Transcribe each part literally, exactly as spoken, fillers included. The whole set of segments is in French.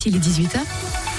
Il est dix-huit heures.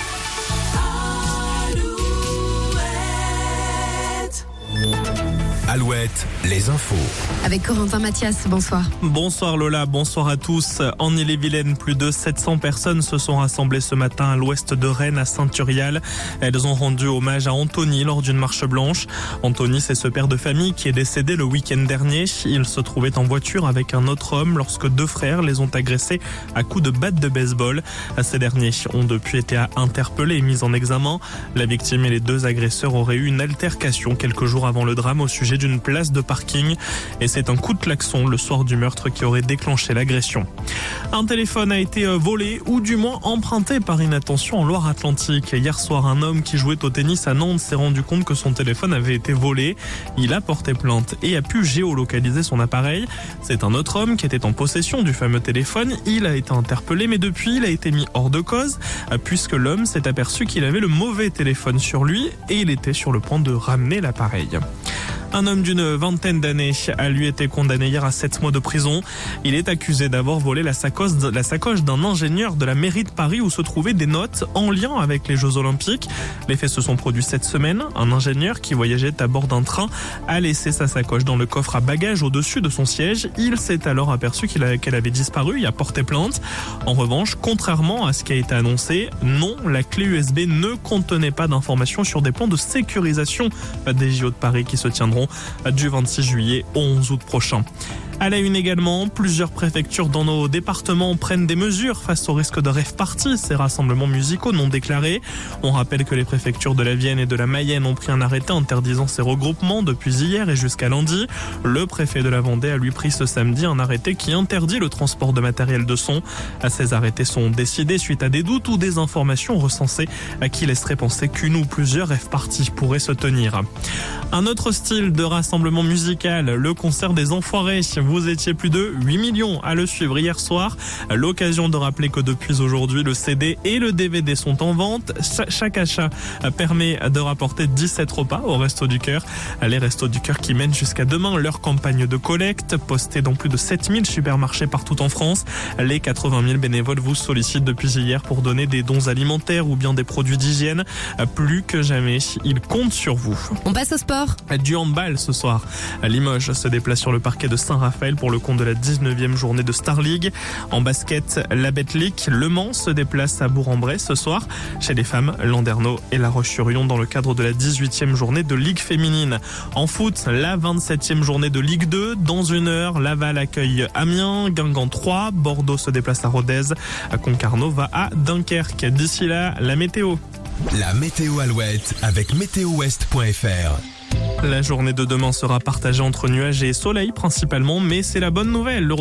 Alouette, les infos. Avec Corentin Mathias, bonsoir. Bonsoir Lola, bonsoir à tous. En Ille-et-Vilaine, plus de sept cents personnes se sont rassemblées ce matin à l'ouest de Rennes, à Saint-Turial. Elles ont rendu hommage à Anthony lors d'une marche blanche. Anthony, c'est ce père de famille qui est décédé le week-end dernier. Il se trouvait en voiture avec un autre homme lorsque deux frères les ont agressés à coups de batte de baseball. Ces derniers ont depuis été interpellés et mis en examen. La victime et les deux agresseurs auraient eu une altercation quelques jours avant le drame au sujet d'une place de parking, et c'est un coup de klaxon le soir du meurtre qui aurait déclenché l'agression. Un téléphone a été volé ou du moins emprunté par inattention en Loire-Atlantique. Hier soir, un homme qui jouait au tennis à Nantes s'est rendu compte que son téléphone avait été volé. Il a porté plainte et a pu géolocaliser son appareil. C'est un autre homme qui était en possession du fameux téléphone. Il a été interpellé, mais depuis, il a été mis hors de cause puisque l'homme s'est aperçu qu'il avait le mauvais téléphone sur lui et il était sur le point de ramener l'appareil. Un homme d'une vingtaine d'années a lui été condamné hier à sept mois de prison. Il est accusé d'avoir volé la sacoche, la sacoche d'un ingénieur de la mairie de Paris où se trouvaient des notes en lien avec les Jeux Olympiques. Les faits se sont produits cette semaine. Un ingénieur qui voyageait à bord d'un train a laissé sa sacoche dans le coffre à bagages au-dessus de son siège. Il s'est alors aperçu qu'il a, qu'elle avait disparu et a porté plainte. En revanche, contrairement à ce qui a été annoncé, non, la clé U S B ne contenait pas d'informations sur des plans de sécurisation des J O de Paris qui se tiendront du vingt-six juillet au onze août prochain. À la une également, plusieurs préfectures dans nos départements prennent des mesures face au risque de rave party, ces rassemblements musicaux non déclarés. On rappelle que les préfectures de la Vienne et de la Mayenne ont pris un arrêté interdisant ces regroupements depuis hier et jusqu'à lundi. Le préfet de la Vendée a lui pris ce samedi un arrêté qui interdit le transport de matériel de son. Ces arrêtés sont décidés suite à des doutes ou des informations recensées qui laisseraient penser qu'une ou plusieurs rave parties pourraient se tenir. Un autre style de rassemblement musical, le concert des Enfoirés. Vous étiez plus de huit millions à le suivre hier soir. L'occasion de rappeler que depuis aujourd'hui, le C D et le D V D sont en vente. Chaque achat permet de rapporter dix-sept repas au Resto du Cœur. Les Restos du Cœur qui mènent jusqu'à demain leur campagne de collecte, postée dans plus de sept mille supermarchés partout en France. Les quatre-vingt mille bénévoles vous sollicitent depuis hier pour donner des dons alimentaires ou bien des produits d'hygiène. Plus que jamais, ils comptent sur vous. On passe au sport. Du handball ce soir. Limoges se déplace sur le parquet de Saint-Raphaël pour le compte de la dix-neuvième journée de Star League. En basket, la Betclic, Le Mans se déplace à Bourg-en-Bresse ce soir. Chez les femmes, Landerneau et La Roche-sur-Yon dans le cadre de la dix-huitième journée de Ligue féminine. En foot, la vingt-septième journée de Ligue deux. Dans une heure, Laval accueille Amiens, Guingamp trois, Bordeaux se déplace à Rodez, Concarneau va à Dunkerque. D'ici là, la météo. La météo Alouette avec météo ouest point f r. La journée de demain sera partagée entre nuages et soleil principalement, mais c'est la bonne nouvelle. Le